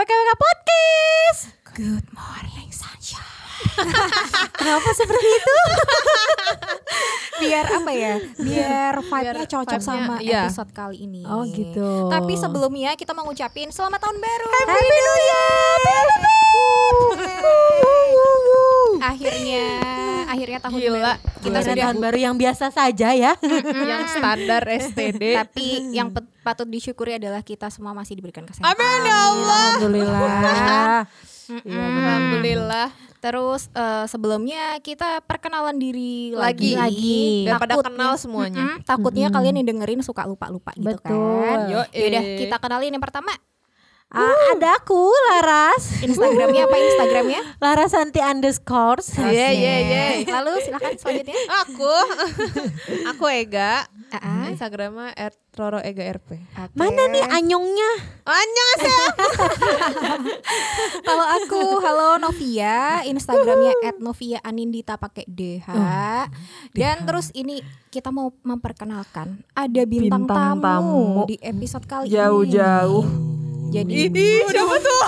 WKWK Podcast. Good morning sunshine. Kenapa seperti itu? Biar apa ya? Biar vibe-nya cocok vibe-nya, sama iya. episode kali ini. Oh gitu. Tapi sebelumnya kita mau ngucapin selamat tahun baru. Happy New Year. Akhirnya tahun Gila. baru. Kita Bukan sudah tahun baru yang biasa saja ya. Yang standar STD. tapi yang patut disyukuri adalah kita semua masih diberikan kesehatan. Amin ya Allah. Alhamdulillah. Iya, Alhamdulillah. Terus sebelumnya kita perkenalan diri Lagi. Lagi. Biar pada Takutnya- kenal semuanya. Takutnya kalian yang dengerin suka lupa-lupa gitu Betul. kan. Yoi. Yaudah kita kenalin yang pertama. Ada aku Laras. Instagramnya apa Instagramnya? Larasanti _. Lalu silakan selanjutnya. Aku Ega. Ah, Instagramnya @roroegarp. oke. Mana nih anyongnya? Annyeonghaseyo. Kalau aku halo Novia, Instagramnya @noviaanindita pakai DH. Dan terus ini kita mau memperkenalkan ada bintang, Bintang tamu tamu. di episode kali Jauh-jauh. ini. Jadi Udah betul.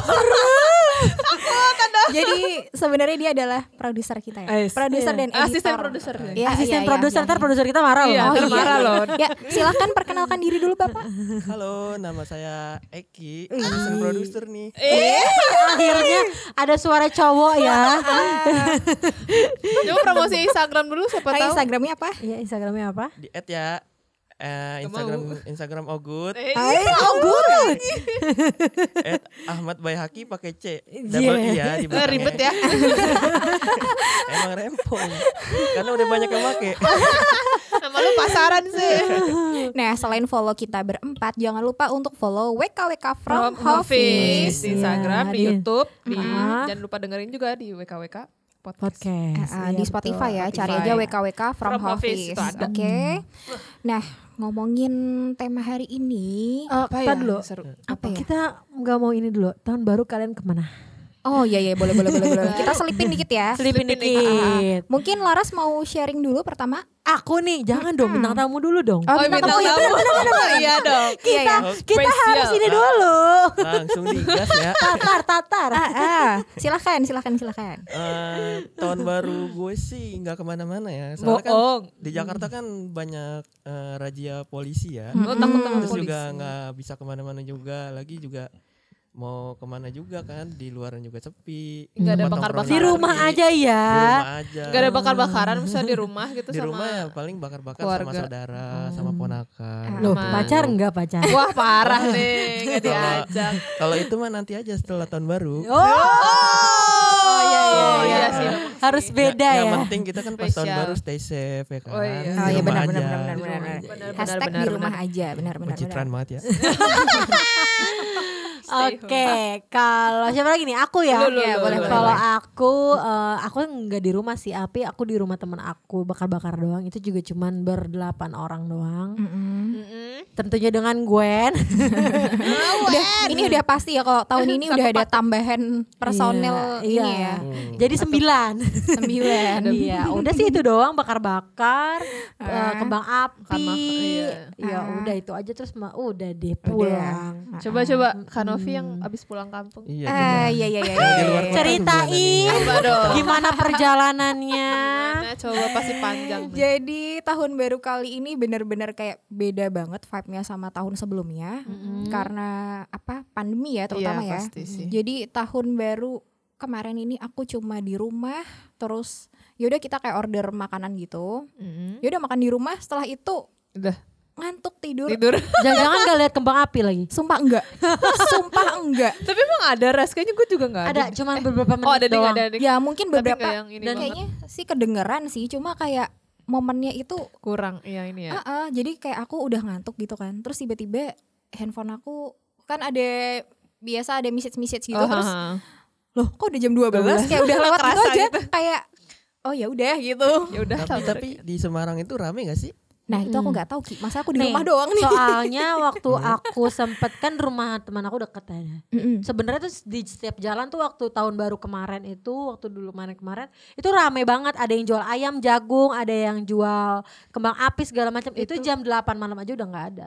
jadi sebenarnya dia adalah produser kita ya. Produser dan editor. Asisten produser. Ya, Asisten ya, produser, ya, ntar ya. produser kita marah loh. Iya. Oh iya, marah iya. loh. Ya, silahkan perkenalkan diri dulu Bapak. Halo, nama saya Eki, asisten produser nih. Akhirnya ada suara cowok ya. Coba promosi Instagram dulu siapa tahu. Instagramnya apa? Iya, Instagramnya apa? Di add ya. Instagram Ogut, Oh good. Ahmad Bayhaki pakai C, double I ya di belakangnya. Ribet ya. Emang rempong, karena udah banyak yang make. Nama lu pasaran sih. Nah, selain follow kita berempat, jangan lupa untuk follow WKWK from From Office Office. di Instagram, di Iya. YouTube, Ah. jangan lupa dengerin juga di WKWK Podcast. Podcast. Di Iya, Spotify ya, betul. cari aja WKWK from, From Office, Office. itu ada. Oke. Nah, ngomongin tema hari ini, Apa Tar dulu. Seru. apa ya? Kita nggak mau ini dulu. Tahun baru kalian kemana? Oh iya boleh. Kita selipin dikit ya. Selipin Selipin dikit. Mungkin Laras mau sharing dulu pertama. Aku nih, jangan dong bintang tamu dulu dong. Oh, bintang tamu ya. Iya dong. Iya ya. Kita spesial. harus ini dulu. Langsung digas ya. Tatar. Silakan. Tahun baru gue sih nggak kemana-mana ya. Soalnya kan Bohong. di Jakarta kan banyak razia polisi ya. Lo takut sama Terus polisi. juga nggak bisa kemana-mana juga. Lagi juga mau kemana juga kan, di luaran juga sepi. Nggak ada Tempat bakar-bakar. Di nongkrong rumah sepi. aja Di ya. rumah aja. Gak ada bakar-bakaran misalnya di rumah gitu Di sama rumah ya paling bakar-bakar sama keluarga. saudara, sama ponakan. Loh, Aman. pacar enggak pacar? Wah parah nih, gak diajak. Kalau itu mah nanti aja setelah tahun baru. Oh iya sih. Harus beda Yang ya. penting kita kan pas tahun Spesial. baru stay safe ya kan. Oh iya. Oh Di iya rumah benar. aja. Hashtag di rumah aja, benar. Pencitraan banget ya. Oke, kalau siapa lagi nih? Aku ya. Lu, Ya, boleh. Kalau aku nggak di rumah sih, Api. Aku di rumah teman aku bakar-bakar doang. Itu juga cuman ber-8 orang doang. Tentunya dengan Gwen. Ini udah pasti ya kalau tahun ini udah ada tambahan personel Iya, ini iya. ya. Jadi 9. 9. Iya, udah sih itu doang, bakar-bakar, kembang api. iya. Ya udah itu aja, terus udah deh pulang. Coba Kak Novi yang abis pulang kampung. Iya. coba. Iya. Di luar kota Ceritain Coba dong. gimana perjalanannya. Nah, coba pasti panjang nih. Jadi tahun baru kali ini benar-benar kayak beda banget vibe-nya sama tahun sebelumnya. Karena apa? Pandemi ya terutama Iya, ya. pasti sih. Jadi tahun baru kemarin ini aku cuma di rumah, terus yaudah kita kayak order makanan gitu. Yaudah makan di rumah, setelah itu Udah ngantuk tidur. Jangan-jangan gak lihat kembang api lagi. Sumpah enggak. Tapi emang ada res, kayaknya gue juga gak ada. Ada cuman beberapa menit Oh ada nih, doang. ada nih. Ya mungkin Tapi beberapa nggak yang ini dan banget. kayaknya sih kedengeran sih, cuma kayak momennya itu Kurang, iya ini ya. jadi kayak aku udah ngantuk gitu kan. Terus tiba-tiba handphone aku kan ada biasa ada message gitu, terus loh kok udah jam 12 kayak udah lewat gitu Kerasa aja gitu. kayak oh ya udah gitu. Ya udah. Tapi di Semarang itu rame gak sih? Nah itu aku nggak tahu Ki, masa aku di Nih, rumah doang nih. Soalnya waktu aku sempet kan rumah teman aku deket ya. Mm-mm. Sebenarnya tuh di setiap jalan tuh waktu tahun baru kemarin itu, waktu dulu kemarin itu rame banget. Ada yang jual ayam jagung, ada yang jual kembang api segala macam. Itu jam 8 malam aja udah nggak ada.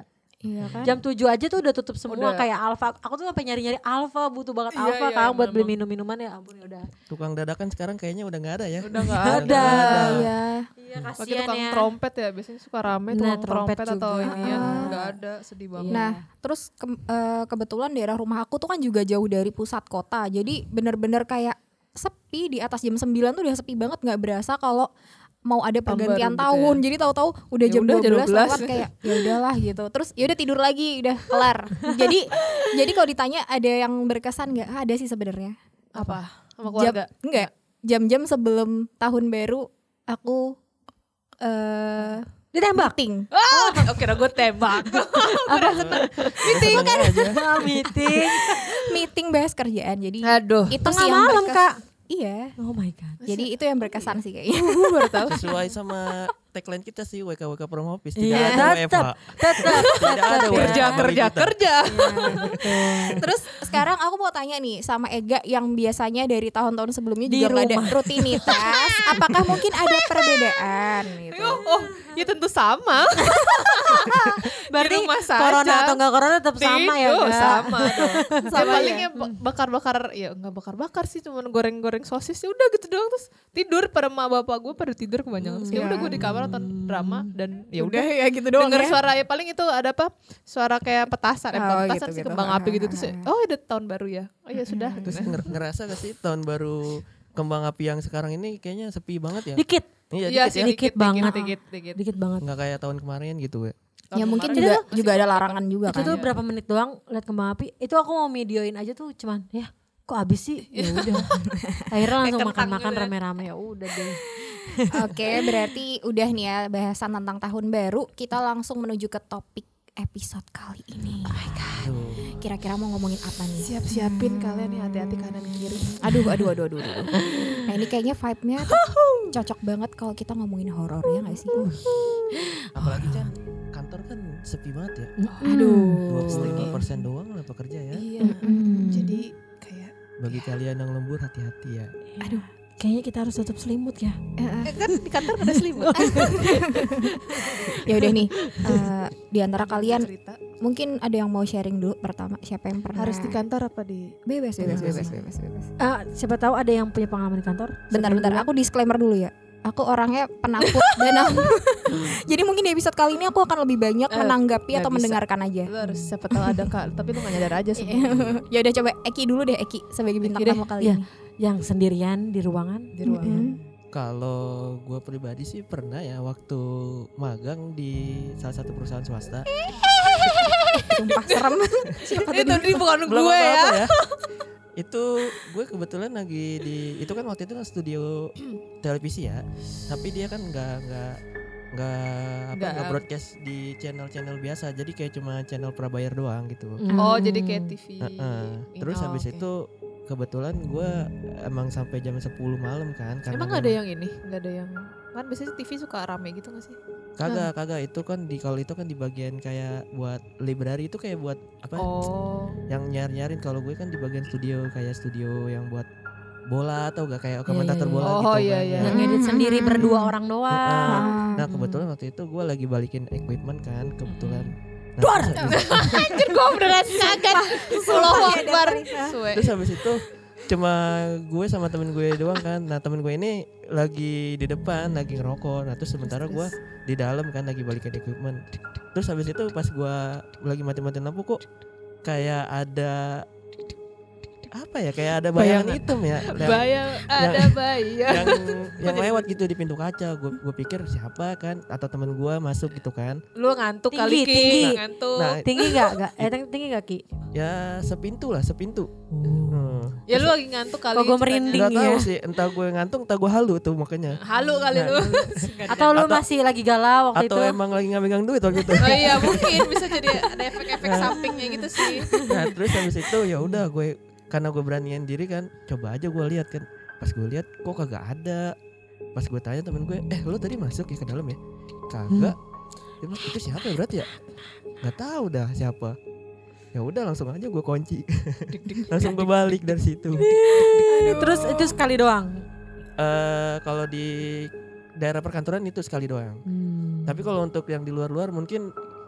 Iya kan? Jam 7 aja tuh udah tutup semua Udah. kayak Alfa. Aku tuh sampai nyari-nyari Alfa, butuh banget Iya, Alfa iya, kan buat beli memang. minum-minuman ya ampun ya udah. Tukang dadakan sekarang kayaknya udah nggak ada ya. Udah nggak ada. Iya. Iya Pakai kasihan tukang ya. trompet ya, biasanya suka rame Nah, tukang trompet trompet atau juga. ini ya. Nggak ada, sedih banget. Iya. Nah, terus kebetulan daerah rumah aku tuh kan juga jauh dari pusat kota. Jadi bener-bener kayak sepi, di atas jam 9 tuh udah sepi banget, nggak berasa kalau mau ada pergantian gitu tahun. ya. Jadi tahu-tahu udah Ya jam udah, 12 jam 12. lewat kayak ya udahlah gitu. Terus ya udah tidur lagi, udah kelar. jadi kalau ditanya ada yang berkesan nggak? Ada sih sebenarnya. Apa? Sama keluarga? Enggak. Jam-jam sebelum tahun baru aku Ditembak. meeting. Oh, oke, gue tembak. Meeting aja. Meeting. Meeting bahas kerjaan. Jadi Aduh. itu Tengah sih yang malam, Kak. Iya. Oh my god. Jadi itu yang berkesan sih kayaknya. Gue baru tahu. Sesuai sama tagline kita sih WKWK Promo Office. Iya, Tidak ada tetap. WFH. Tidak ada Kerja, WFH. kerja. Terus sekarang aku mau tanya nih sama Ega yang biasanya dari tahun-tahun sebelumnya Di juga nggak ada rumah. rutinitas. Apakah mungkin ada perbedaan gitu? Oh, ya tentu sama. Berarti Di rumah saja. corona atau enggak corona tetap sama ya, Tidak, Kak? sama dong. Sama ya? Palingnya bakar-bakar, ya nggak bakar-bakar sih, cuman goreng-goreng sosis ya udah gitu doang, terus tidur. Pada emak bapak gue pada tidur kebanyakan, terus ya udah gue di kamar nonton drama dan ya udah ya gitu doang denger ya. suara, ya paling itu ada apa, suara kayak petasan, Oh, petasan gitu, sih, gitu. kembang api gitu, terus oh ada tahun baru ya, oh ya sudah. Terus ngerasa gak sih tahun baru kembang api yang sekarang ini kayaknya sepi banget ya? Dikit. Iya Iya dikit sih, ya. Dikit banget. dikit. Dikit banget. Nggak kayak tahun kemarin gitu ya. Ya mungkin kemarin juga ada larangan juga Itu kan. tuh berapa menit doang lihat kembang api. Itu aku mau videoin aja tuh cuman ya kok habis sih? Ya udah. Akhirnya langsung Kayak kentang makan-makan gitu ya. rame-rame ya udah deh. Oke, berarti udah nih ya bahasan tentang tahun baru. Kita langsung menuju ke topik episode kali ini. Kira-kira mau ngomongin apa nih? Siap-siapin kalian nih, hati-hati kanan kiri. Aduh. Nah ini kayaknya vibe-nya cocok banget kalau kita ngomongin horor ya nggak sih? Apalagi Chan, kantor kan sepi banget ya. Aduh. 25% doang lah pekerja ya. Iya. Jadi kayak Bagi kalian yang lembur hati-hati ya. Aduh, kayaknya kita harus tutup selimut ya. kan di kantor ada selimut. Ya udah nih, di antara kalian Cerita mungkin ada yang mau sharing dulu pertama. Siapa yang pernah? harus di kantor apa di Bebas. Siapa tahu ada yang punya pengalaman di kantor? Bentar, aku disclaimer dulu ya. Aku orangnya penakut dan jadi mungkin di episode kali ini aku akan lebih banyak menanggapi nggak atau bisa. mendengarkan aja. Lu harus siapa tahu ada Kak, tapi lu gak nyadar aja sebenarnya. Ya udah coba Eki dulu deh, Eki sebagai bintang Eki deh. tamu kali Iya. ini. Yang sendirian di ruangan. Di ruangan. Kalau gue pribadi sih pernah ya waktu magang di salah satu perusahaan swasta. Sumpah serem. Siapa Itu tadi? bukan Belum gue apa-apa ya. Itu gue kebetulan lagi di itu kan waktu itu kan studio televisi ya, tapi dia kan nggak broadcast di channel biasa, jadi kayak cuma channel prabayar doang gitu. Oh, jadi kayak TV. Terus habis oke. itu kebetulan gue emang sampai jam 10 malam kan. karena Emang gak ada memang- yang ini? Gak ada yang, kan biasanya TV suka rame gitu gak sih? Kagak itu kan di kalau itu kan di bagian kayak buat library itu kayak buat apa? Oh. Yang nyarin kalau gue kan di bagian studio kayak studio yang buat bola atau gak kayak komentator iya. bola Oh, gitu iya, kan. iya. Ya. Yang ngedit sendiri berdua orang doang. Nah kebetulan waktu itu gue lagi balikin equipment kan kebetulan. Nah, Duar! Anjir gue beneran kaget. Allahu Akbar. Suwe. Terus habis itu cuma gue sama temen gue doang kan. Nah temen gue ini lagi di depan lagi ngerokok. Nah terus sementara gue di dalam kan lagi balikin equipment. Terus habis itu pas gue lagi mati-matiin lampu kok kayak ada apa ya, kayak ada bayangan hitam ya. Bayang, ada bayang. yang lewat gitu di pintu kaca. Gue pikir siapa kan, atau temen gue masuk gitu kan. Lu ngantuk Tinggi, kali Ki. tinggi. Ngantuk. Nah Tinggi gak? Tinggi gak Ki? ya sepintu lah, sepintu. Ya lu lagi ngantuk kali. Kok gue ceritanya. merinding Nggak tahu ya. sih, entah gue ngantuk entah gue halu tuh makanya. Halu kali lu. Atau lu masih lagi galau waktu Atau itu? emang lagi nggak megang duit waktu itu. Oh iya mungkin bisa jadi ada efek-efek sampingnya gitu sih. Nah terus habis itu ya udah gue, karena gue beraniin diri kan, coba aja gue lihat kan. Pas gue lihat kok kagak ada. Pas gue tanya temen gue, lu tadi masuk ya ke dalam ya? Kagak. Dia bilang, itu siapa ya berarti ya? Nggak tahu dah siapa. Ya udah langsung aja gue kunci. Langsung gue balik dari situ. Terus itu sekali doang. Kalau di daerah perkantoran itu sekali doang. Tapi kalau untuk yang di luar-luar mungkin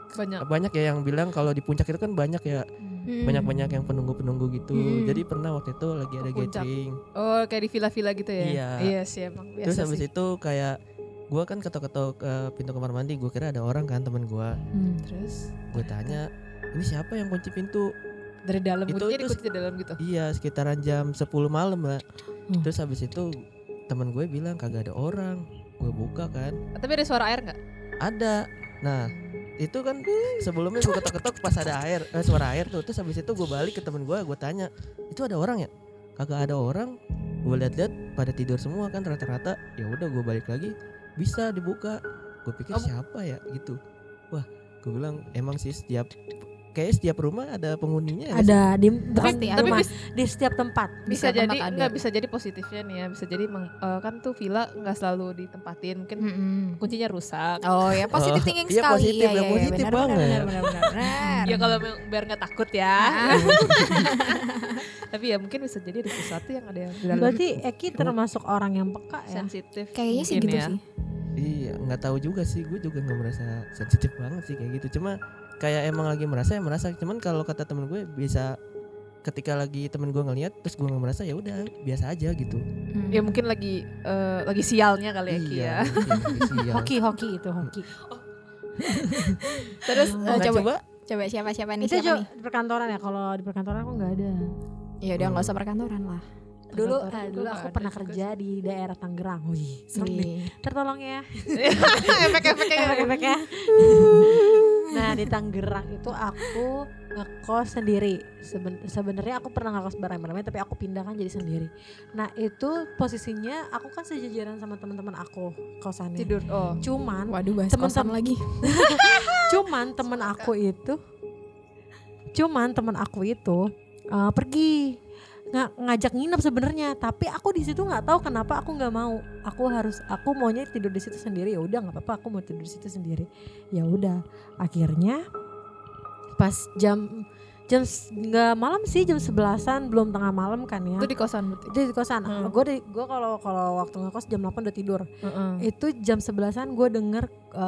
banyak ya yang bilang kalau di puncak itu kan banyak ya. Banyak yang penunggu gitu. Jadi pernah waktu itu lagi ada gathering. Oh, kayak di villa-villa gitu ya? Iya. Iya sih emang. Terus habis itu kayak gue kan ketok-ketok pintu kamar mandi, gue kira ada orang kan, temen gue. Terus Gue tanya, ini siapa yang kunci pintu? dari dalam Itu dikunci di dalam gitu. Iya, sekitaran jam 10 malam lah. Terus habis itu temen gue bilang kagak ada orang. Gue buka kan, Tapi ada suara air nggak? ada. Nah itu kan sebelumnya gue ketok-ketok pas ada air, suara air tuh. Terus habis itu gue balik ke temen gue tanya, itu ada orang ya? Kagak ada orang. Gue lihat-lihat pada tidur semua kan rata-rata. Ya udah gue balik lagi, bisa dibuka. Gue pikir siapa ya gitu. Wah, gue bilang emang sih setiap rumah ada penghuninya ya. Ada di Pasti ada. rumah, di setiap tempat. Bisa Di jadi tempat ada. nggak bisa jadi positifnya nih ya. Bisa jadi kan tuh villa nggak selalu ditempatin. Mungkin kuncinya rusak. Oh ya positif thinking Iya, sekali. positif, Iya, ya, iya, positif benar, banget. benar. Ya kalau biar nggak takut ya. Tapi ya mungkin bisa jadi ada sesuatu yang ada yang di dalam Berarti Eki termasuk orang yang peka ya. sensitif. Kayaknya sih mungkin gitu ya. sih. Iya, nggak tahu juga sih. Gue juga nggak merasa sensitif banget sih kayak gitu. Cuma kayak emang lagi merasa. Cuman kalau kata temen gue bisa ketika lagi temen gue ngeliat terus gue nggak merasa, ya udah biasa aja gitu. Ya mungkin lagi sialnya kali ya Ki Iya, ya. mungkin lagi sial. Hoki itu hoki. Terus Nah, coba siapa nih Itu siapa nih? di perkantoran ya. Kalau di perkantoran aku nggak ada. Ya udah nggak usah perkantoran lah. Dulu Perkantoran dulu gua aku nggak pernah ada juga kerja di daerah Tangerang. Wih, serem nih. Tertolong ya. Efek-efeknya. Efek-efeknya. Nah di Tangerang itu aku ngekos sendiri. Sebenarnya aku pernah ngekos bareng-bareng, tapi aku pindah kan jadi sendiri. Nah itu posisinya aku kan sejajaran sama teman-teman aku kosannya. Tidur. Oh. Cuman Waduh bahas Temen-temen- kosan lagi. temen aku itu pergi ngajak nginep sebenarnya, tapi aku di situ nggak tahu kenapa aku nggak mau. Aku maunya tidur di situ sendiri. Ya udah nggak apa-apa, aku mau tidur di situ sendiri. Ya udah, akhirnya pas jam nggak malam sih, jam 11-an, belum tengah malam kan ya. Itu di kosan berarti. Itu di kosan. Gue kalau waktu ngekos jam 8 udah tidur. Itu jam 11-an gue denger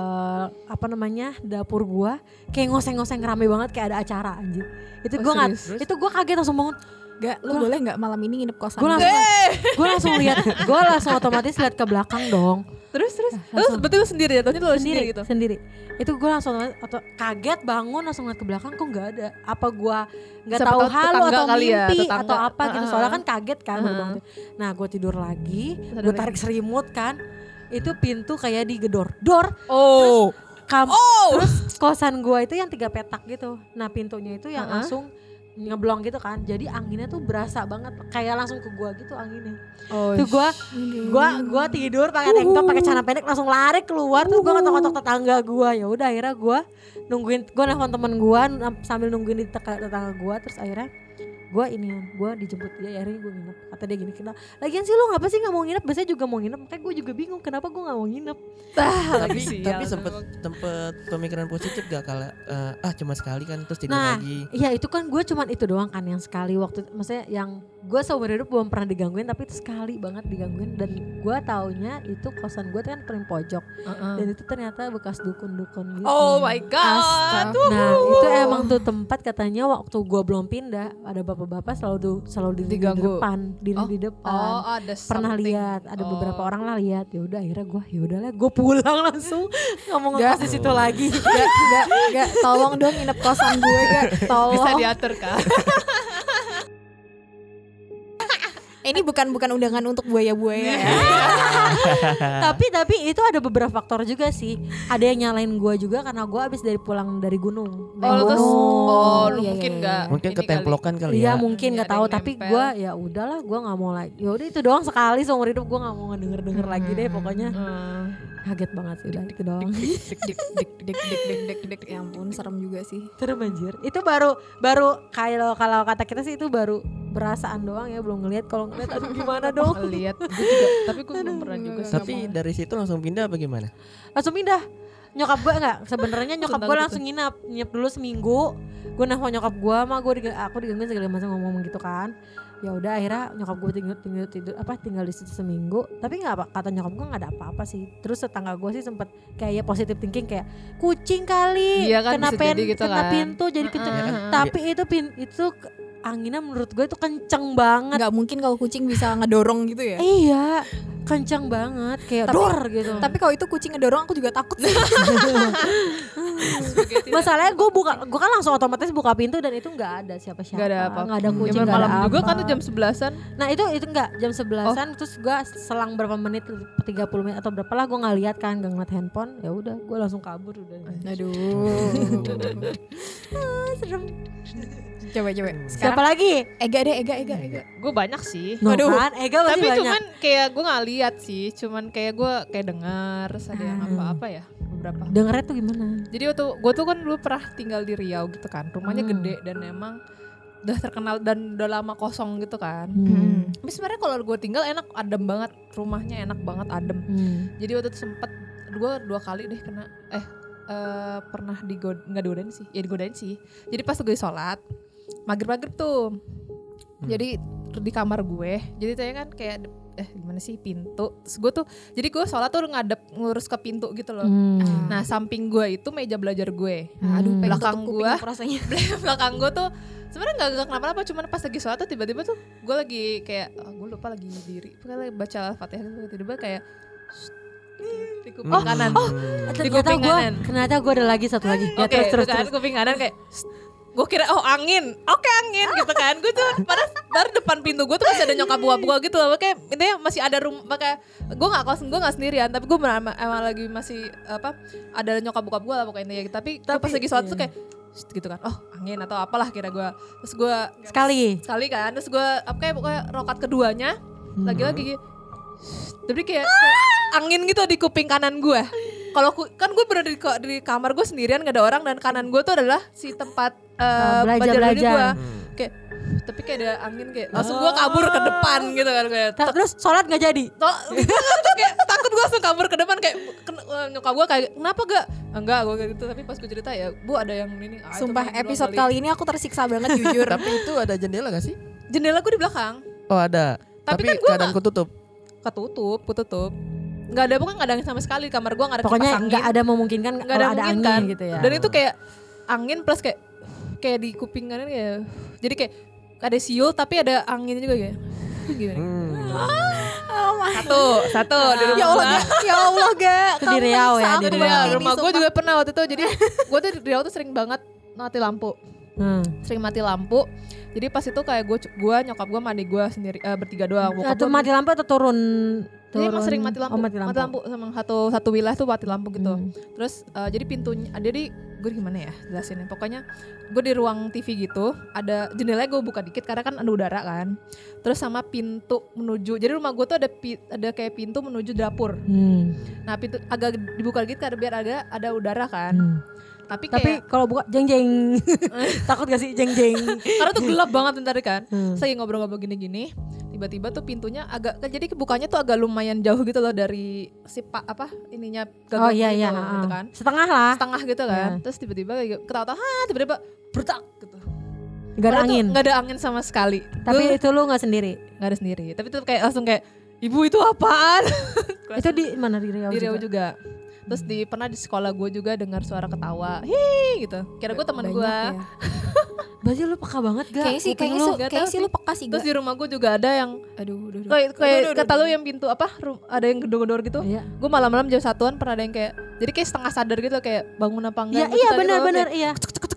dapur gue kayak ngoseng-ngoseng rame banget, kayak ada acara anjir. Itu Oh, gue nggak, serius? itu gue kaget langsung bangun. Gak, lu boleh nggak malam ini nginep kosan? Gue langsung otomatis lihat ke belakang dong. Terus Langsung. berarti lu sendiri ya? Taunya lu sendiri gitu. Sendiri. Itu gue langsung kaget bangun, langsung lihat ke belakang, kok nggak ada. Apa gue nggak Siapa tahu tahu halu tetangga atau kali ya, mimpi tetangga. atau apa gitu. Soalnya kan kaget kan baru bangun. Nah gue tidur lagi, gue Sadar tarik selimut kan. Itu pintu kayak digedor. Oh. Terus kosan gue itu yang 3 petak gitu. Nah pintunya itu yang langsung ngeblong gitu kan. Jadi anginnya tuh berasa banget, kayak langsung ke gue gitu anginnya. Oh. Tuh gue tidur pakai tank top, pakai celana pendek, langsung lari keluar. Terus gue ngetok-ngetok tetangga gue. Ya udah akhirnya gue nelfon temen gue sambil nungguin di tetangga gue. Terus akhirnya gue dijemput dia, akhirnya gue nginep. Kata dia gini, lagian sih lu ngapa sih nggak mau nginep? Biasanya juga mau nginep. Makanya gue juga bingung kenapa gue nggak mau nginep. Tapi sempet pemikiran positif gak kalau cuma sekali kan terus tidur lagi. Iya itu kan gue cuman itu doang kan yang sekali waktu, maksudnya yang gue seumur hidup belum pernah digangguin, tapi itu sekali banget digangguin. Dan gue taunya itu kosan gue kan paling pojok, dan itu ternyata bekas dukun-dukun gitu. Oh my god. Nah itu emang tuh tempat katanya waktu gue belum pindah ada bapak-bapak selalu di Diganggu. depan, di depan. Oh, ada Pernah something. lihat, ada beberapa orang lah lihat. Ya udah akhirnya gue pulang langsung, nggak mau ngekos di situ lagi. Gak, tolong dong nginep kosan gue gak, tolong. Bisa diatur kan? Ini bukan undangan untuk buaya-buaya ya. tapi itu ada beberapa faktor juga sih. Ada yang nyalain gue juga karena gue abis pulang dari gunung. Lu iya, mungkin iya, enggak Mungkin ketemplokan kali Iya ya. mungkin nggak Ada tahu, yang tapi nempel. gue ya udahlah, gue nggak mau lagi. Ya udah itu doang sekali seumur hidup, gue nggak mau ngedenger lagi deh pokoknya. Kaget banget sih, udah itu doang. Ya ampun serem juga sih. Serem anjir. Itu baru kalau kata kita sih itu baru perasaan doang ya, belum ngelihat. Kalau ngelihat aduh gimana dong. Lihat gue juga, tapi gue belum pernah juga sih. Tapi dari situ langsung pindah apa gimana? Langsung pindah. nyokap gue enggak, sebenarnya nyokap gue langsung nginep dulu seminggu. Gue nelfon nyokap gue, aku digangguin segala macam ngomong gitu kan. Ya udah akhirnya nyokap gue tinggal di situ seminggu. Tapi nggak apa, kata nyokap gue nggak ada apa-apa sih. Terus tetangga gue sih sempet kayak positive thinking kayak kucing kali, Iya kan, kena gitu kena kan. pintu jadi kenceng. Tapi itu anginnya menurut gue itu kenceng banget. Nggak mungkin kalau kucing bisa ngedorong gitu ya. Iya, kenceng banget kayak dor gitu. Tapi kalau itu kucing ngedorong aku juga takut sih. Masalahnya gue kan langsung otomatis buka pintu dan itu nggak ada siapa-siapa. Nggak ada apa. Nggak ada kucing, Jam nggak ada malam juga apa. kan tuh jam 11-an. Nah itu enggak jam 11-an terus gue selang berapa menit 30 menit atau berapa lah gue nggak lihat kan, nggak ngeliat handphone. Ya udah gue langsung kabur udah. Aduh. Serem. Coba. Siapa lagi? Ega. Gue banyak sih. No, kan Ega masih Tapi banyak. cuman kayak gue nggak lihat sih, cuman kayak gue kayak dengar ada yang apa ya beberapa. Dengernya tuh gimana? Jadi waktu gue tuh kan dulu pernah tinggal di Riau gitu kan, rumahnya gede dan emang udah terkenal dan udah lama kosong gitu kan. Tapi sebenarnya kalau gue tinggal enak, adem banget, rumahnya enak banget adem. Jadi waktu itu sempet gue 2 kali deh kena pernah nggak digodain sih, ya digodain sih. Jadi pas gue sholat maghrib tuh, jadi di kamar gue, jadi saya kan kayak gimana sih pintu, terus gue tuh, jadi gue sholat tuh ngadep ngurus ke pintu gitu loh. Nah samping gue itu meja belajar gue, Aduh, belakang gue, rasanya. belakang gue tuh sebenarnya nggak kenapa-napa, cuman pas lagi sholat tuh tiba-tiba tuh gue lagi kayak gue lupa lagi diri, pokoknya lagi baca Al-Fatihah gitu, tiba-tiba kayak di kuping kanan, di kuping kanan. Ternyata gue ada lagi satu lagi. Ya, Oke, terus. kan kuping kanan kayak gue kira angin, angin gitu kan. Gue tuh baru depan pintu gue tuh masih ada nyokap gue gitu loh. Kayak intinya masih ada rumah, makanya gue nggak sendirian, tapi gue emang lagi masih ada nyokap bokap gue lah pokoknya gitu. Tapi pas lagi sholat tuh kayak gitu kan, angin atau apalah kira gue. Terus gue sekali kan, terus gue pokoknya rokat keduanya lagi-lagi tapi kayak angin gitu di kuping kanan gue. Kalau kan gue berada di kamar gue sendirian, gak ada orang, dan kanan gue tuh adalah si tempat belajar gue. Kayak tapi kayak ada angin, kayak langsung gue kabur ke depan gitu kan kayak. Terus sholat nggak jadi? Kayak takut gue langsung kabur ke depan, kayak nyokap gue kayak kenapa gak? Enggak, gue kayak gitu. Tapi pas gue cerita ya, Bu ada yang ini. Sumpah episode kali ini aku tersiksa banget jujur. Tapi itu ada jendela gak sih? Jendela gue di belakang. Oh ada. Tapi kan keadaan ketutup. Ketutup. Nggak ada, pokoknya nggak ada angin sama sekali di kamar gue, nggak ada pokoknya kipas angin. nggak ada memungkinkan Nggak ada kalau angin angin gitu ya. Dan itu kayak angin plus kayak di kuping kanan kayak, jadi kayak ada siul tapi ada anginnya juga kayak gimana? Oh my. Satu di rumah. Ya Allah gak. Itu di Riau ya, di Riau. Rumah gue juga pernah waktu itu. Jadi gue tuh di Riau tuh sering banget mati lampu. Sering mati lampu. Jadi pas itu kayak gue nyokap gue mandi gue sendiri bertiga doang. Atau mati lampu atau turun? Jadi emang sering mati lampu. Mati lampu. Sama satu wilayah tuh mati lampu gitu. Terus jadi pintunya, jadi gue gimana ya jelasinnya. Pokoknya gue di ruang TV gitu, ada jendelanya gue buka dikit karena kan ada udara kan. Terus sama pintu menuju, jadi rumah gue tuh ada kayak pintu menuju dapur. Nah pintu agak dibuka dikit karena biar ada udara kan. Tapi kalau buka jeng-jeng takut gak sih jeng-jeng? Karena tuh gelap banget bentar kan. Saya ngobrol-ngobrol gini-gini, tiba-tiba tuh pintunya agak, jadi kebukanya tuh agak lumayan jauh gitu loh dari si ininya gagang gitu kan. Setengah lah. Setengah gitu kan. Terus tiba-tiba ketawa-tawa, tiba-tiba bertak gitu. Gak ada angin. Gak ada angin sama sekali. Tapi itu lu gak sendiri? Gak ada sendiri. Tapi tuh kayak langsung kayak, ibu itu apaan? Itu di mana, di Riau? Di Riau juga. Terus pernah di sekolah gue juga dengar suara ketawa, hi gitu. Kira gue teman gue. Ya. Berarti lu peka banget gak? Kayaknya sih lu peka sih. Terus di rumah gue juga ada yang, aduh. Kayak kata lu yang pintu ada yang gedor-gedor gitu. Iya. Gue malam-malam jam 1-an pernah ada yang kayak, jadi kayak setengah sadar gitu kayak bangun apa enggak. Iya benar-benar iya.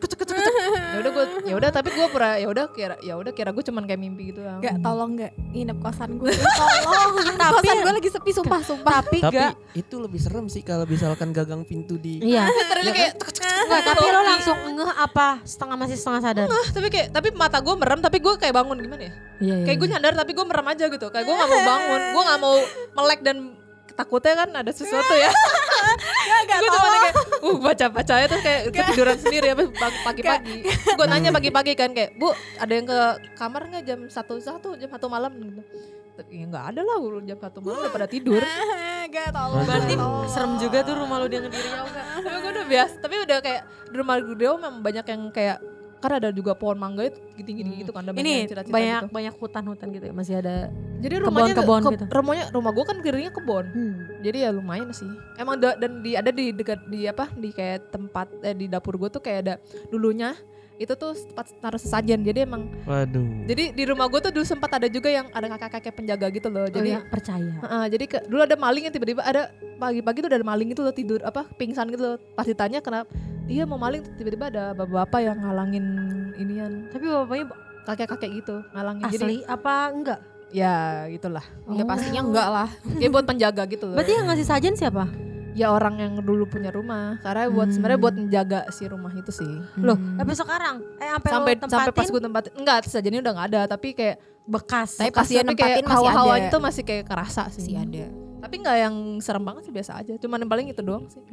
Ya udah tapi gue pura kira gue cuman kayak mimpi gitu. Gak, tolong gak nginep kosan gue. Tolong. Kosan gue lagi sepi sumpah. Tapi itu lebih serem sih kalau misalkan gagang pintu di. Iya. Terus kayak tapi lo langsung ngeh apa masih setengah sadar? tapi mata gue merem, tapi gue kayak bangun gimana ya? Iya. Kayak gue nyadar tapi gue merem aja gitu. Kayak gue nggak mau bangun, gue nggak mau melek dan takutnya kan ada sesuatu ya. Gue cuma kayak baca ya, terus kayak ketiduran sendiri ya pagi-pagi. Gue nanya pagi-pagi kan kayak, Bu ada yang ke kamar nggak jam 1 malam gitu. Ya nggak ada lah, jam 1 malam udah pada tidur. Enggak tahu. Berarti serem juga tuh rumah lu di Kediri ya enggak? Tapi gue udah biasa. Tapi udah kayak di rumah gue memang banyak yang kayak karena ada juga pohon mangga itu tinggi-tinggi gitu kan. Ada Ini cita-cita banyak gitu. banyak hutan-hutan gitu ya, masih ada. Jadi rumahnya kebon gitu. rumah gue kan kirinya kebon. Jadi ya lumayan sih. Emang dan ada di dekat di apa di kayak tempat di dapur gue tuh kayak ada dulunya itu tuh tempat taruh sesajen. Jadi emang Waduh. jadi di rumah gue tuh dulu sempat ada juga yang ada kakek-kakek penjaga gitu loh. Jadi percaya. jadi dulu ada maling yang tiba-tiba ada pagi-pagi tuh ada maling itu loh tidur pingsan gitu loh. Pas ditanya kenapa iya mau maling tiba-tiba ada bapak-bapak yang ngalangin inian. Tapi bapaknya Kakek-kakek gitu ngalangin. asli Jadi apa enggak? ya gitulah. Ya pastinya enggak lah. Ya buat penjaga gitu loh. Berarti yang ngasih sajen siapa? Ya orang yang dulu punya rumah. Karena sebenarnya buat menjaga si rumah itu sih. Loh, tapi sekarang Sampai pas gue tempatin enggak sajennya udah enggak ada tapi kayak bekas. Tapi pas dia tapi kayak nempatin masih hawa-hawanya ada. tuh masih kayak kerasa sih. Masih ada. Tapi enggak yang serem banget sih, biasa aja. Cuman yang paling itu doang sih.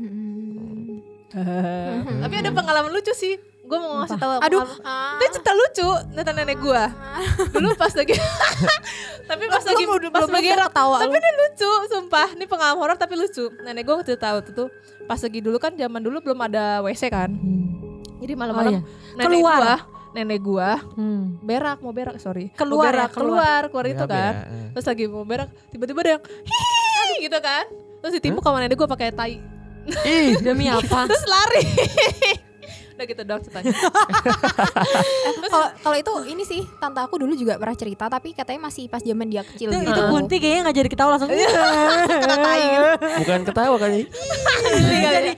Tapi ada pengalaman lucu sih. Gue mau ngasih tahu. Aduh. Itu cerita lucu nenek gue. Dulu pas lagi tapi pas lagi ketawa. tapi ini lucu sumpah. Ini pengalaman horor tapi lucu. Nenek gue cerita waktu itu pas lagi dulu kan zaman dulu belum ada WC kan. Jadi malam-malam nenek gua mau berak Keluar itu kan. Terus lagi mau berak tiba-tiba ada yang hihi gitu kan. Terus ditimpuk sama nenek gua pakai tai. Ih, demi apa? Terus lari. Udah gitu doang ceritanya. Kalau itu ini sih tante aku dulu juga pernah cerita tapi katanya masih pas zaman dia kecil gitu. Itu Kunti kayaknya nggak jadi ketawa langsung. Bukan ketawa kali. Jadi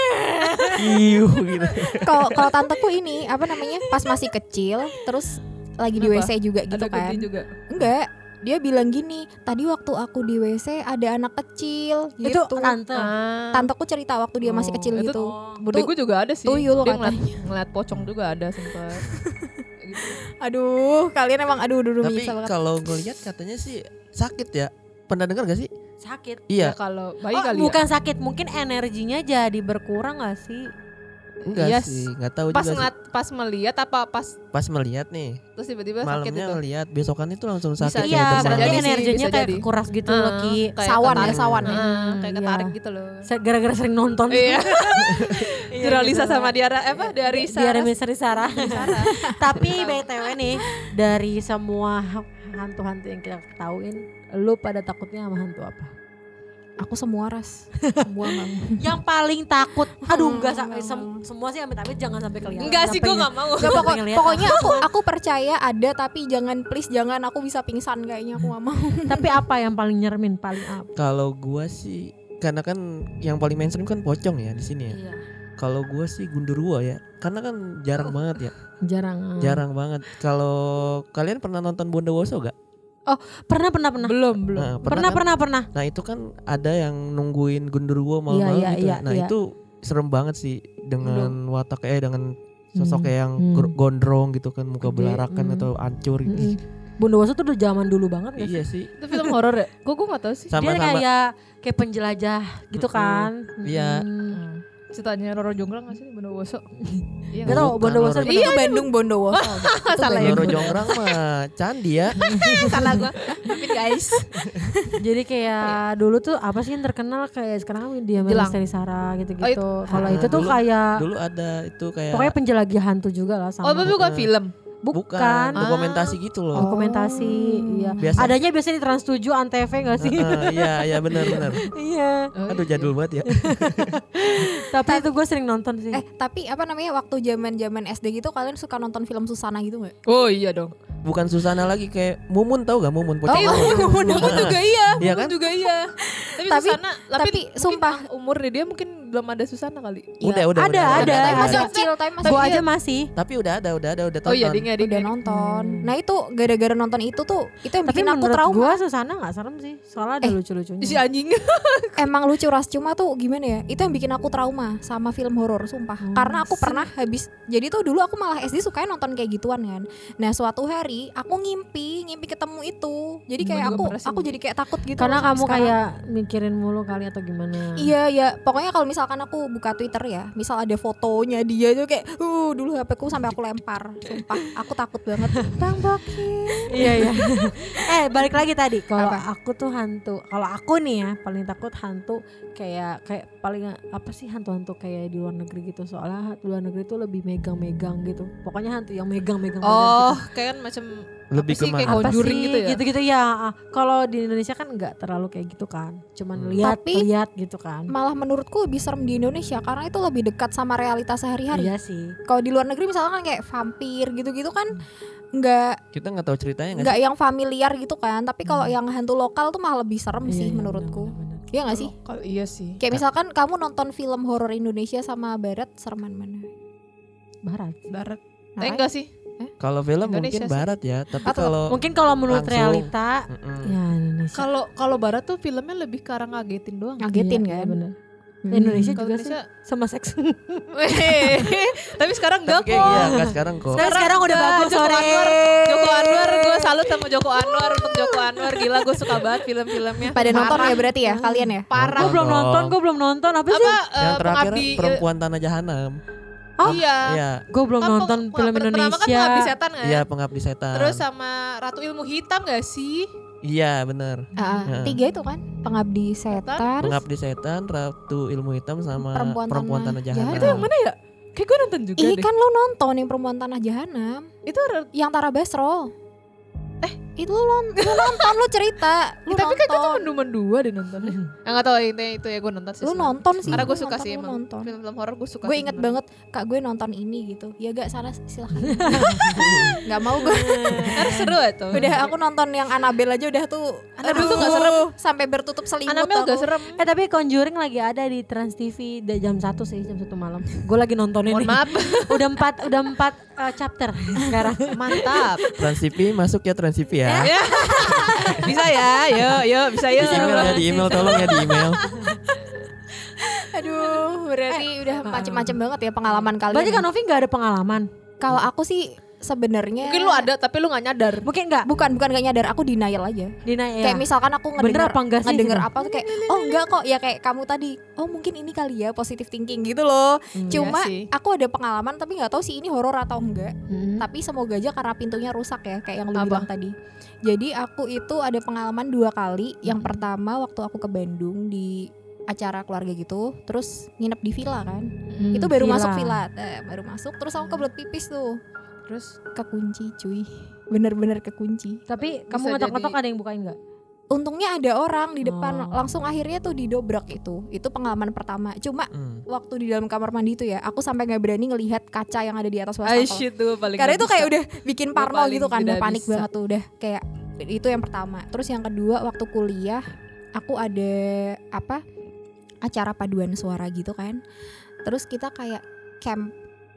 Iuh gitu. Kalau tanteku ini apa namanya pas masih kecil terus lagi di WC juga gitu Ada kan. Kunti juga. Enggak, dia bilang gini, tadi waktu aku di WC ada anak kecil gitu. itu tante. Tanteku cerita waktu dia masih kecil itu gitu. Bude gue juga ada sih. tuyul Dia katanya. ngeliat pocong juga ada sempat. Gitu. Aduh, kalian emang aduh Tapi menyesal banget. kalau ngelihat katanya sih sakit ya. Pernah dengar gak sih? Sakit. Ya Iya. kalau bayi Oh, kali bukan sakit, mungkin energinya jadi berkurang gak sih? Enggak Iya sih, enggak tahu ya. Pas juga sih. pas melihat apa pas Melihat nih. terus tiba-tiba sakit Malamnya itu. ngelihat, besokan itu langsung Bisa sakit. jadi, Iya, bisa berarti jadi sih, energinya bisa kayak jadi. kuras gitu loh Ki. Kayak Sawan ya, ketarik. sawan ya. Kayak Iya. ketarik gitu loh. Gara-gara sering nonton. Iya. Juralisa gitu. sama Diarisa. Biar Misteri Sarah. Tapi BTW nih, dari semua hantu-hantu yang kita ketahuin, lu pada takutnya sama hantu apa? Aku semua ras, semua bang. Yang paling takut, aduh enggak enggak, semua sih amit-amit jangan sampai kelihatan. Enggak sih, gue Sampai- gak mau. Gak, Sampai ngeliat. pokoknya aku percaya ada tapi jangan please jangan aku bisa pingsan kayaknya aku gak mau. Tapi apa yang paling nyeremin, paling apa? Kalau gua sih karena kan yang paling mainstream kan pocong ya di sini ya. Iya. Kalau gua sih gundurwo ya. Karena kan jarang banget ya. Jarang. Jarang banget. Kalau kalian pernah nonton Bondowoso gak? Pernah. Belum. Nah, Pernah. kan? Nah itu kan ada yang nungguin gundurwo malam-malam Iya, gitu. iya, Nah iya. itu serem banget sih dengan watak dengan sosoknya yang Hmm. gondrong gitu kan, muka Gede, belarakan atau hancur gitu. Bondowoso tuh udah zaman dulu banget gak sih? Iya sih. Itu film horor ya? Gue gak tahu sih. Dia Sama-sama. kayak penjelajah gitu kan. Iya. Ceritanya Roro Jonggrang gak sih Bondowoso? Iya. Gak tau Bukan, Bondowoso Roro. Itu Bandung Bondowoso. Itu Salah ya. Roro Jonggrang mah candi ya. Salah gue. Tapi guys. Jadi kayak dulu tuh apa sih yang terkenal kayak sekarang dia Jelang. Misteri Sarah gitu-gitu. Oh, itu- Kalau Ah, itu tuh dulu- kayak Dulu ada itu kayak pokoknya penjelajah hantu juga lah sama. Oh, tapi bukan film. Bukan. dokumentasi gitu loh. Dokumentasi, iya. Biasa. Adanya biasanya di Trans 7, Antv gak sih? Iya benar. Iya. Aduh jadul banget ya. Tapi itu gue sering nonton sih. Tapi apa namanya waktu zaman SD gitu kalian suka nonton film Susana gitu nggak? Oh iya dong. Bukan Susana lagi, kayak Mumun, tahu gak Mumun? Oh, Pocong. Mumun juga iya. Iya Mumun kan? juga iya. Tapi Tapi- Susana, tapi mungkin sumpah. umurnya dia mungkin belum ada Susana kali. Udah. Ada. Tapi masih ada. kecil, tapi masih Gue kecil. aja masih. Tapi udah tonton. Oh iya, dia udah nonton. Nah itu gara-gara nonton itu tuh itu yang Tapi bikin aku menurut trauma. gue Susana gak serem sih. Soalnya ada lucu-lucunya. Si anjing. Emang lucu ras cuma tuh gimana ya? Itu yang bikin aku trauma sama film horor sumpah. Karena aku pernah habis jadi tuh dulu aku malah SD sukanya nonton kayak gituan kan. Nah suatu hari aku ngimpi ketemu itu. Jadi kayak juga pernah sih aku jadi kayak takut gitu. Karena sampai kamu sekarang. kayak mikirin mulu kali atau gimana. Iya ya pokoknya kalau misalkan misalkan aku buka Twitter ya, misal ada fotonya dia tuh kayak dulu HPku sampai aku lempar. Sumpah, aku takut banget. Bang Boki. Iya. Balik lagi tadi kalau Apa? aku tuh hantu. Kalau aku nih ya paling takut hantu kayak paling apa sih hantu-hantu kayak di luar negeri gitu. Soalnya di luar negeri tuh lebih megang-megang gitu. Pokoknya hantu yang megang-megang badan Oh, gitu. kayak macam Lebih apa sih, kemana? kayak Apa Conjuring sih? gitu ya. Gitu-gitu ya. Kalau di Indonesia kan nggak terlalu kayak gitu kan. Cuman Tapi- lihat gitu kan. Malah menurutku lebih serem di Indonesia karena itu lebih dekat sama realitas sehari-hari. Iya sih. Kalau di luar negeri misalkan kayak vampir gitu-gitu kan nggak Kita nggak tahu ceritanya nggak nggak sih? yang familiar gitu kan. Tapi kalau yang hantu lokal tuh malah lebih serem sih Iya, menurutku. benar-benar. Iya nggak sih? Kalau iya sih. Kayak misalkan kamu nonton film horor Indonesia sama Barat sereman mana? Barat. Barat. Nah, Enggak sih. Kalau film Indonesia mungkin sih. barat ya, tapi Atau kalau Mungkin kalau menurut langsung, realita mm-mm. ya Indonesia. Kalau barat tuh filmnya lebih ke arah ngagetin doang. ngagetin Iya, kan? bener. Hmm. Indonesia Kalau juga Indonesia- sih sama seks. Tapi sekarang enggak Tapi kok. kayak iya enggak sekarang kok. Sekarang udah enggak. bagus, Joko sorry. Anwar, Joko Anwar, gue salut sama Joko Anwar. Untuk Joko Anwar, gila gue suka banget film-filmnya. Pada nonton Parah. ya berarti ya kalian ya? Parah. Gue belum dong. nonton, apa sih? Apa Yang terakhir pengabdi Perempuan Tanah Jahanam. iya. Iya, Gue belum Kan nonton film pertama kan Indonesia. Pengabdi Setan kan? iya Pengabdi Setan. Terus sama Ratu Ilmu Hitam gak sih? Iya, benar. Ah, 3 itu kan Pengabdi Setan. Pengabdi Setan, Ratu Ilmu Hitam sama Perempuan Perempuan Tanah Tanah Jahanam. Jahanam. Itu yang mana ya? Kayak gue nonton juga Ih deh. kan lo nonton yang Perempuan Tanah Jahanam Itu yang Tara Basro. Itu lo nonton lo cerita. Lu tapi kan itu nonton. cuma 2 deh nontonnya. Gak tau itu ya gue nonton sih. Lu sebenarnya. nonton sih. Karena gue lu suka nonton, sih lu emang. nonton. Film-film horor gue suka. Gue sih inget sebenarnya. banget kak gue nonton ini gitu. Ya gak sana silahkan. Gak mau gue. Karena seru tuh. Udah aku nonton yang Annabelle aja udah tuh. Annabelle tuh gak serem. Sampai bertutup selimut. Annabelle aku. gak serem. Tapi Conjuring lagi ada di Trans TV jam 1 sih, jam 1 malam. Gue lagi nonton ini. Mohon maaf. udah 4 chapter sekarang. Mantap. Trans TV masuk ya Trans TV ya. Ya. Bisa ya, yuk bisa Di yuk. email ya, di email tolong ya di email. Aduh berarti udah macem-macem banget ya pengalaman kalian. Berarti ya. kan Novi gak ada pengalaman? Kalau aku sih sebenarnya Mungkin lu ada tapi lu gak nyadar. Mungkin gak? bukan gak nyadar, aku denial aja. Dina ya. Kayak misalkan aku Bener ngedenger apa enggak sih? ngedenger gitu? apa tuh kayak oh enggak kok, ya kayak kamu tadi. Oh mungkin ini kali ya positive thinking gitu loh. Cuma iya sih. aku ada pengalaman tapi nggak tahu sih ini horor atau enggak. Hmm. Tapi semoga aja karena pintunya rusak ya kayak yang lu Apa? bilang tadi. Jadi aku itu ada pengalaman 2 kali. Yang pertama waktu aku ke Bandung di acara keluarga gitu, terus nginep di villa kan. Itu baru masuk villa, baru masuk terus aku kebelet pipis tuh. Terus Kekunci cuy. Bener-bener kekunci. Tapi Bisa kamu ngetok-ngetok jadi- ada yang bukain gak? Untungnya ada orang di depan, Oh. langsung akhirnya tuh didobrak itu. Itu pengalaman pertama. Cuma waktu di dalam kamar mandi itu ya, aku sampai nggak berani ngelihat kaca yang ada di atas ah wastafel. shit tuh paling Karena gak itu kayak bisa. udah bikin Gua parno paling gitu kan, udah tidak panik bisa. banget tuh, udah kayak itu yang pertama. Terus yang kedua waktu kuliah, aku ada apa? Acara paduan suara gitu kan. Terus kita kayak camp,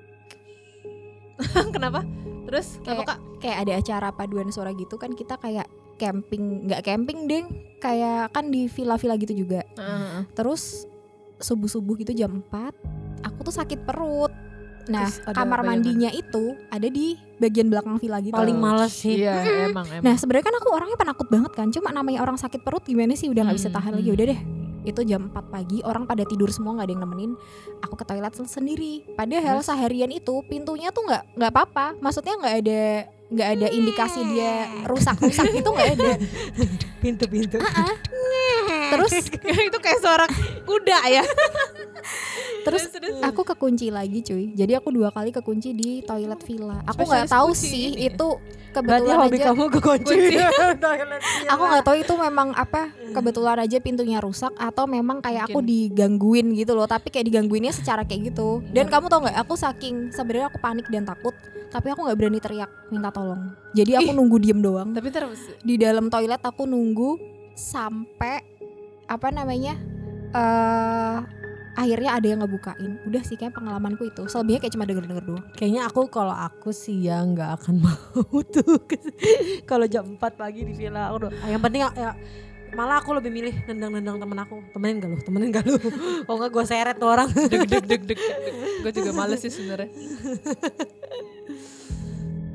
Kenapa? Terus kenapa Kayak- kak? kayak ada acara paduan suara gitu kan, kita kayak camping, nggak camping deng, kayak kan di villa-villa gitu juga. Terus subuh-subuh gitu jam 4 aku tuh sakit perut. Nah Terus ada kamar bayangan? mandinya itu ada di bagian belakang villa gitu. Paling males sih. Iya emang. Nah sebenarnya kan aku orangnya penakut banget kan, cuma namanya orang sakit perut gimana sih, udah nggak bisa tahan lagi. Udah deh, itu jam 4 pagi orang pada tidur semua, nggak ada yang nemenin. Aku ke toilet sendiri. Padahal Terus? seharian itu pintunya tuh nggak apa-apa. Maksudnya nggak ada indikasi dia rusak-rusak gitu, nggak ada. Pintu-pintu. Terus Itu kayak suara kuda ya. Terus Terus. aku kekunci lagi cuy. Jadi aku 2 kali kekunci di toilet villa. Aku Spesialis nggak tahu kunci sih ini ya? itu Berarti kebetulan hobi aja. kamu kekunci. Aku nggak tahu itu memang apa kebetulan aja pintunya rusak atau memang kayak aku Mungkin. digangguin gitu loh. Tapi kayak digangguinnya secara kayak gitu. Dan kamu tau nggak? Aku saking sebenarnya aku panik dan takut. Tapi aku nggak berani teriak minta tolong. Jadi aku nunggu diem doang. Tapi terus Di dalam toilet aku nunggu sampai apa namanya? Akhirnya ada yang ngebukain. Udah sih kayak pengalamanku itu. Selebihnya kayak cuma denger-denger doang. Kayaknya kalau aku sih ya nggak akan mau tuh. Kalau jam 4 pagi di villa aku yang penting ya, malah aku lebih milih nendang-nendang temen aku. Temenin gak lu? Oh enggak gue seret tuh orang. deg. Gue juga males sih sebenarnya.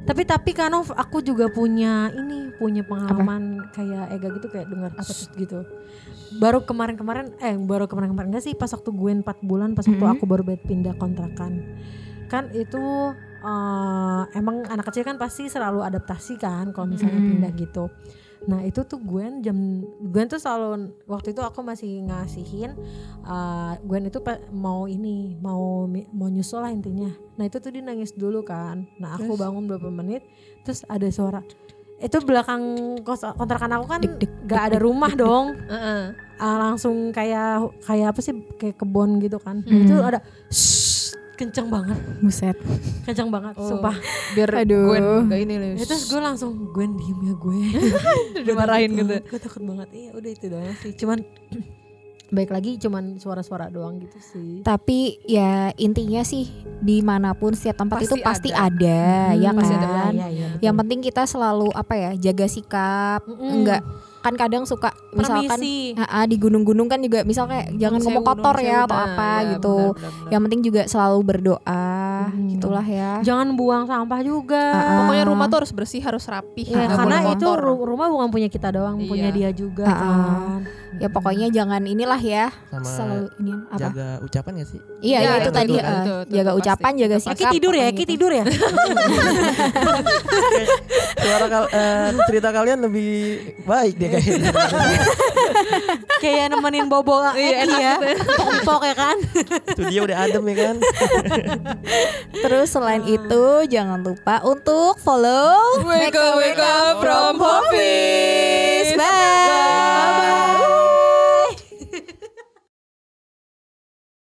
Tapi Kanov aku juga punya pengalaman kayak Ega gitu, kayak dengar gitu. Baru kemarin enggak sih, pas waktu gue 4 bulan, pas waktu aku baru pindah kontrakan. Kan itu emang anak kecil kan pasti selalu adaptasi kan kalau misalnya pindah gitu. Nah itu tuh Gwen tuh selalu, waktu itu aku masih ngasihin Gwen itu mau nyusul lah intinya. Nah itu tuh dia nangis dulu kan. Nah aku bangun beberapa menit, terus ada suara. Itu belakang kontrakan aku kan gak ada rumah dong. Langsung kayak apa sih, kayak kebon gitu kan. Itu ada kenceng banget, Buset. kenceng banget, sumpah. Biar Gwen gak ini loh. Terus gue langsung, Gwen diem ya gue. Dimarahin gitu. Gue takut banget. Iya udah itu doang sih. Cuman baik lagi cuman suara-suara doang gitu sih. Tapi ya intinya sih dimanapun setiap tempat Pasti itu pasti ada. ada, ya pasti kan. ada. Iya, Yang penting kita selalu jaga sikap, enggak kan kadang suka misalkan Permisi. di gunung-gunung kan juga misal kayak jangan ngomong kotor ya atau apa gitu. Yang penting juga selalu berdoa, gitulah ya. Jangan buang sampah juga. Pokoknya rumah tuh harus bersih, harus rapih. Ya, nggak karena boleh itu kotor. rumah bukan punya kita doang, punya dia juga kan. Ya pokoknya jangan inilah ya. Sama Selalu ini apa? jaga ucapan gak sih? Iya, Ya, itu itu tadi jaga pasti. ucapan, jaga Eki sikap. tidur ya, pokoknya Eki gitu. tidur ya. Cerita kalian lebih baik deh kayaknya. Kayak nemenin Bobo Eki ya. Empok ya kan. Itu dia udah adem ya kan. Terus selain itu jangan lupa untuk follow Wake up from